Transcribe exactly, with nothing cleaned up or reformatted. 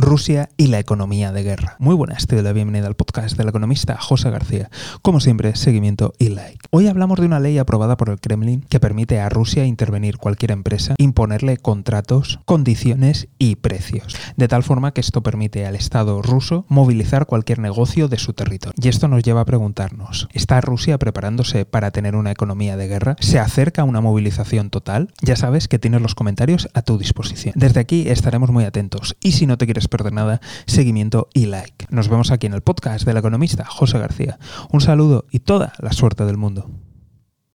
Rusia y la economía de guerra. Muy buenas, te doy la bienvenida al podcast del economista José García. Como siempre, seguimiento y like. Hoy hablamos de una ley aprobada por el Kremlin que permite a Rusia intervenir cualquier empresa, imponerle contratos, condiciones y precios, de tal forma que esto permite al Estado ruso movilizar cualquier negocio de su territorio. Y esto nos lleva a preguntarnos, ¿está Rusia preparándose para tener una economía de guerra? ¿Se acerca a una movilización total? Ya sabes que tienes los comentarios a tu disposición. Desde aquí estaremos muy atentos y si no te quieres perder nada, seguimiento y like. Nos vemos aquí en el podcast del economista José García. Un saludo y toda la suerte del mundo.